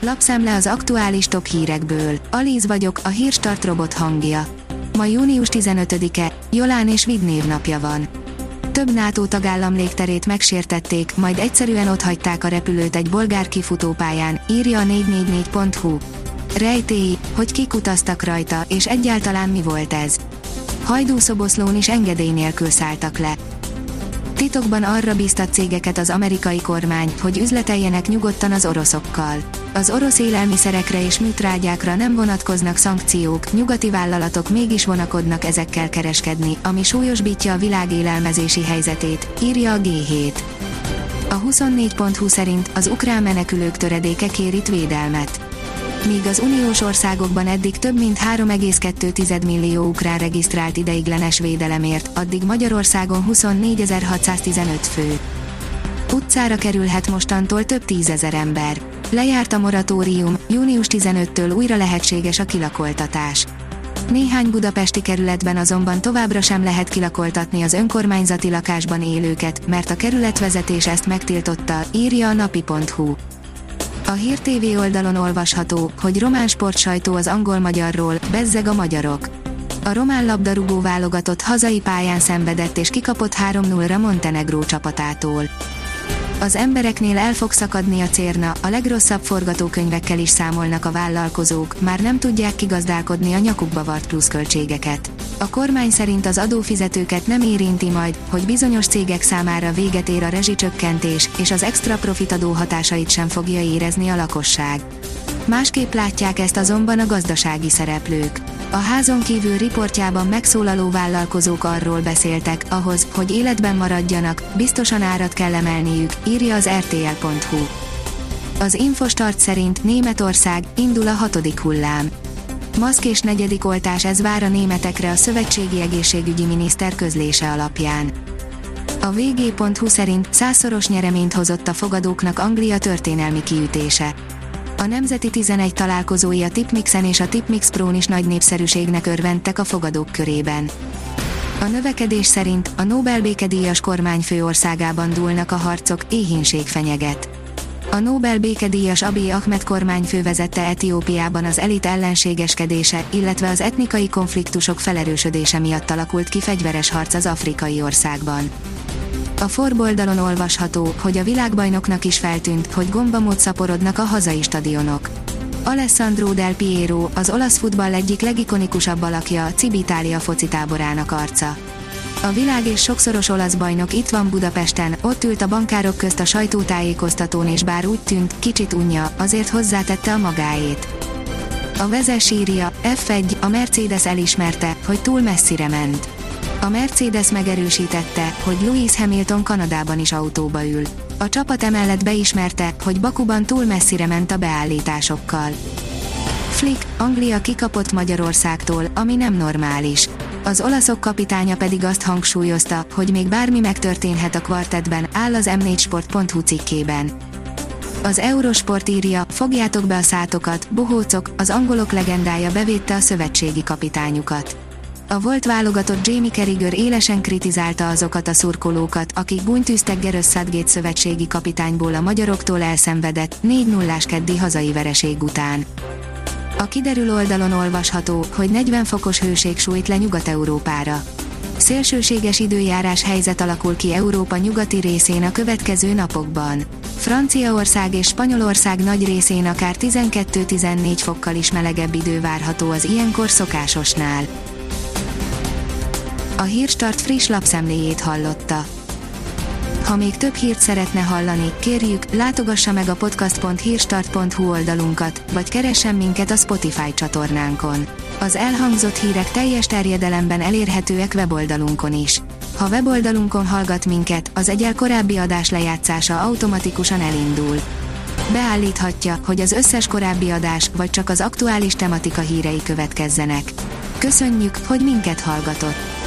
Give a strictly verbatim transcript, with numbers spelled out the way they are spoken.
Lapszemle az aktuális top hírekből. Alíz vagyok, a Hírstart robot hangja. Ma június tizenötödike, Jolán és Vid névnapja van. Több NATO tagállam légterét megsértették, majd egyszerűen otthagyták a repülőt egy bolgár kifutópályán, írja a négy négy négy pont hu. Rejtélyi, hogy kik utaztak rajta, és egyáltalán mi volt ez. Hajdúszoboszlón is engedély nélkül szálltak le. Titokban arra bíztat cégeket az amerikai kormány, hogy üzleteljenek nyugodtan az oroszokkal. Az orosz élelmiszerekre és műtrágyákra nem vonatkoznak szankciók, nyugati vállalatok mégis vonakodnak ezekkel kereskedni, ami súlyosbítja a világ élelmezési helyzetét, írja a gé hét. A huszonnégy pont hu szerint az ukrán menekülők töredéke kér itt védelmet. Míg az uniós országokban eddig több mint három egész kettő millió ukrán regisztrált ideiglenes védelemért, addig Magyarországon huszonnégyezer-hatszáztizenöt fő. Utcára kerülhet mostantól több tízezer ember. Lejárt a moratórium, június tizenötödikétől újra lehetséges a kilakoltatás. Néhány budapesti kerületben azonban továbbra sem lehet kilakoltatni az önkormányzati lakásban élőket, mert a kerületvezetés ezt megtiltotta, írja a napi pont hu. A Hír té vé oldalon olvasható, hogy román sportsajtó az angol-magyarról, bezzeg a magyarok. A román labdarúgó válogatott hazai pályán szenvedett és kikapott három nullra Montenegró csapatától. Az embereknél el fog szakadni a cérna, a legrosszabb forgatókönyvekkel is számolnak a vállalkozók, már nem tudják kigazdálkodni a nyakukba vart pluszköltségeket. A kormány szerint az adófizetőket nem érinti majd, hogy bizonyos cégek számára véget ér a rezsicsökkentés, és az extra profitadó hatásait sem fogja érezni a lakosság. Másképp látják ezt azonban a gazdasági szereplők. A házon kívül riportjában megszólaló vállalkozók arról beszéltek, ahhoz, hogy életben maradjanak, biztosan árat kell emelniük, írja az er té el pont hu. Az Infostart szerint Németország, indul a hatodik hullám. Maszk és negyedik oltás, ez vár a németekre a szövetségi egészségügyi miniszter közlése alapján. A vé gé pont hu szerint százszoros nyereményt hozott a fogadóknak Anglia történelmi kiütése. A nemzeti tizenegy találkozói a Tipmixen és a Tipmix Prón is nagy népszerűségnek örvendtek a fogadók körében. A növekedés szerint a Nobel békedíjas kormányfő országában dúlnak a harcok, éhínség fenyeget. A Nobel békedíjas Abiy Ahmed kormányfő vezette Etiópiában az elit ellenségeskedése, illetve az etnikai konfliktusok felerősödése miatt alakult ki fegyveres harc az afrikai országban. A Forbes oldalon olvasható, hogy a világbajnoknak is feltűnt, hogy gombamód szaporodnak a hazai stadionok. Alessandro Del Piero, az olasz futball egyik legikonikusabb alakja, a Cibitália focitáborának arca. A világ és sokszoros olasz bajnok itt van Budapesten, ott ült a bankárok közt a sajtótájékoztatón, és bár úgy tűnt, kicsit unja, azért hozzátette a magáét. A Vezes írja, ef egy, a Mercedes elismerte, hogy túl messzire ment. A Mercedes megerősítette, hogy Lewis Hamilton Kanadában is autóba ül. A csapat emellett beismerte, hogy Bakuban túl messzire ment a beállításokkal. Flick, Anglia kikapott Magyarországtól, ami nem normális. Az olaszok kapitánya pedig azt hangsúlyozta, hogy még bármi megtörténhet a kvartettben, áll az em négy sport pont hu cikkében. Az Eurosport írja, fogjátok be a szátokat, bohócok, az angolok legendája bevédte a szövetségi kapitányukat. A volt válogatott Jamie Carragher élesen kritizálta azokat a szurkolókat, akik búnytűztek Gareth Southgate szövetségi kapitányból a magyaroktól elszenvedett, négy nullás keddi hazai vereség után. A kiderül oldalon olvasható, hogy negyven fokos hőség sújt le Nyugat-Európára. Szélsőséges időjárás helyzet alakul ki Európa nyugati részén a következő napokban. Franciaország és Spanyolország nagy részén akár tizenkettő-tizennégy fokkal is melegebb idő várható az ilyenkor szokásosnál. A Hírstart friss lapszemléjét hallotta. Ha még több hírt szeretne hallani, kérjük, látogassa meg a podcast pont hírstart pont hu oldalunkat, vagy keressen minket a Spotify csatornánkon. Az elhangzott hírek teljes terjedelemben elérhetőek weboldalunkon is. Ha weboldalunkon hallgat minket, az egyel korábbi adás lejátszása automatikusan elindul. Beállíthatja, hogy az összes korábbi adás, vagy csak az aktuális tematika hírei következzenek. Köszönjük, hogy minket hallgatott!